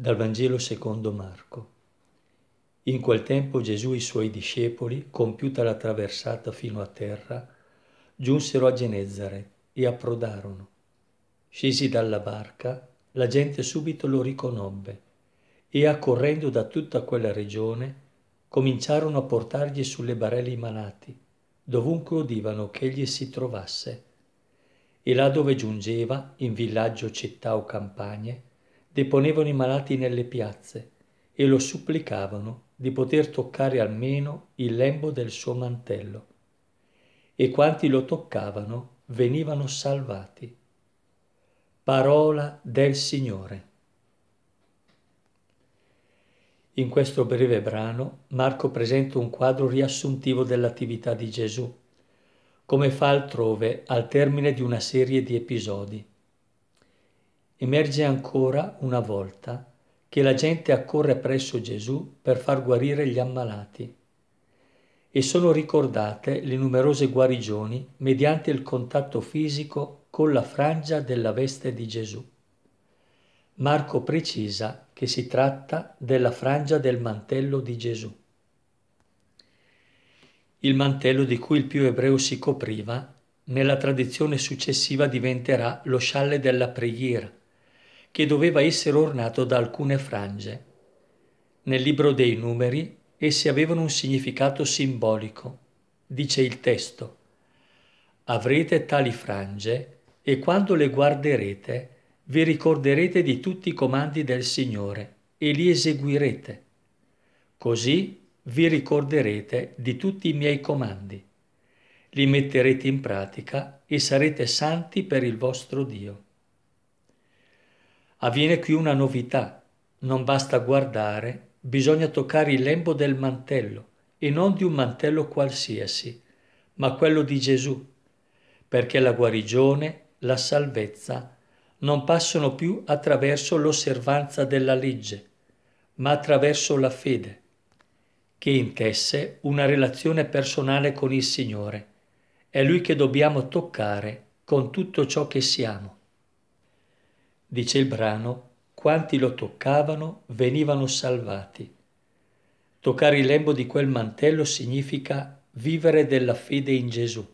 Dal Vangelo secondo Marco. In quel tempo Gesù e i suoi discepoli, compiuta la traversata fino a terra, giunsero a Genesaret e approdarono. Scesi dalla barca, la gente subito lo riconobbe e, accorrendo da tutta quella regione, cominciarono a portargli sulle barelle i malati, dovunque udivano che egli si trovasse. E là dove giungeva, in villaggio, città o campagne, deponevano i malati nelle piazze e lo supplicavano di poter toccare almeno il lembo del suo mantello. E quanti lo toccavano venivano salvati. Parola del Signore. In questo breve brano Marco presenta un quadro riassuntivo dell'attività di Gesù, come fa altrove al termine di una serie di episodi. Emerge ancora una volta che la gente accorre presso Gesù per far guarire gli ammalati e sono ricordate le numerose guarigioni mediante il contatto fisico con la frangia della veste di Gesù. Marco precisa che si tratta della frangia del mantello di Gesù. Il mantello di cui il più ebreo si copriva, nella tradizione successiva diventerà lo scialle della preghiera, che doveva essere ornato da alcune frange. Nel libro dei Numeri essi avevano un significato simbolico. Dice il testo: avrete tali frange e quando le guarderete vi ricorderete di tutti i comandi del Signore e li eseguirete. Così vi ricorderete di tutti i miei comandi. Li metterete in pratica e sarete santi per il vostro Dio. Avviene qui una novità. Non basta guardare, bisogna toccare il lembo del mantello, e non di un mantello qualsiasi, ma quello di Gesù, perché la guarigione, la salvezza, non passano più attraverso l'osservanza della legge, ma attraverso la fede, che intesse una relazione personale con il Signore. È Lui che dobbiamo toccare con tutto ciò che siamo. Dice il brano: quanti lo toccavano venivano salvati. Toccare il lembo di quel mantello significa vivere della fede in Gesù.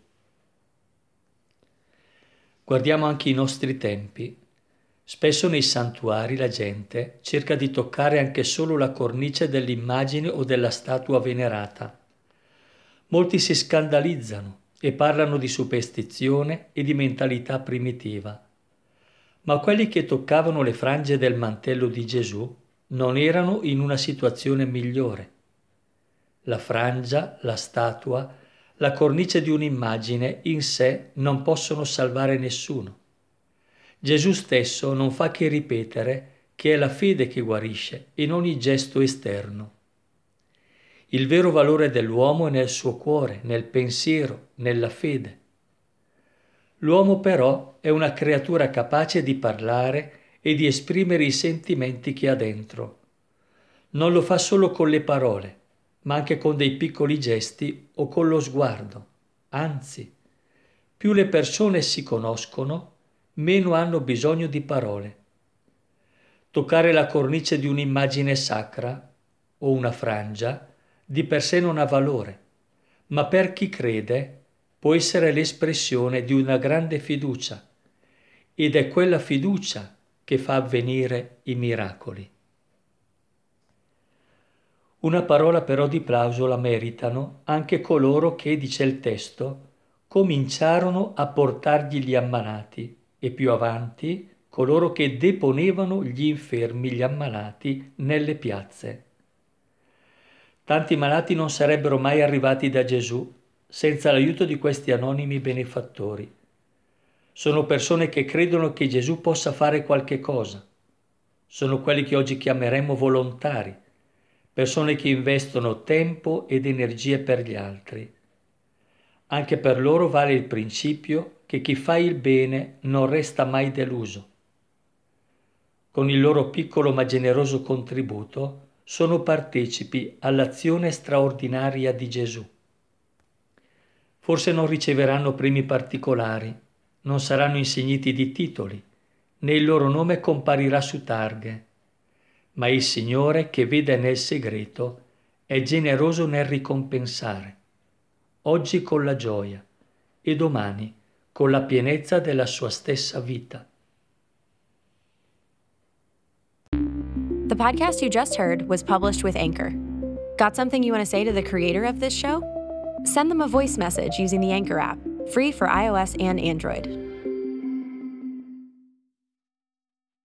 Guardiamo anche i nostri tempi. Spesso nei santuari la gente cerca di toccare anche solo la cornice dell'immagine o della statua venerata. Molti si scandalizzano e parlano di superstizione e di mentalità primitiva. Ma quelli che toccavano le frange del mantello di Gesù non erano in una situazione migliore. La frangia, la statua, la cornice di un'immagine in sé non possono salvare nessuno. Gesù stesso non fa che ripetere che è la fede che guarisce e non il gesto esterno. Il vero valore dell'uomo è nel suo cuore, nel pensiero, nella fede. L'uomo però è una creatura capace di parlare e di esprimere i sentimenti che ha dentro. Non lo fa solo con le parole, ma anche con dei piccoli gesti o con lo sguardo. Anzi, più le persone si conoscono, meno hanno bisogno di parole. Toccare la cornice di un'immagine sacra o una frangia di per sé non ha valore, ma per chi crede può essere l'espressione di una grande fiducia, ed è quella fiducia che fa avvenire i miracoli. Una parola però di plauso la meritano anche coloro che, dice il testo, cominciarono a portargli gli ammalati, e più avanti coloro che deponevano gli infermi, gli ammalati, nelle piazze. Tanti malati non sarebbero mai arrivati da Gesù senza l'aiuto di questi anonimi benefattori. Sono persone che credono che Gesù possa fare qualche cosa. Sono quelli che oggi chiameremmo volontari, persone che investono tempo ed energie per gli altri. Anche per loro vale il principio che chi fa il bene non resta mai deluso. Con il loro piccolo ma generoso contributo sono partecipi all'azione straordinaria di Gesù. Forse non riceveranno premi particolari, non saranno insigniti di titoli, né il loro nome comparirà su targhe, ma il Signore che vede nel segreto è generoso nel ricompensare, oggi con la gioia e domani con la pienezza della sua stessa vita. The podcast you just heard was published with Anchor. Got something you want to say to the creator of this show? Send them a voice message using the Anchor app, free for iOS and Android.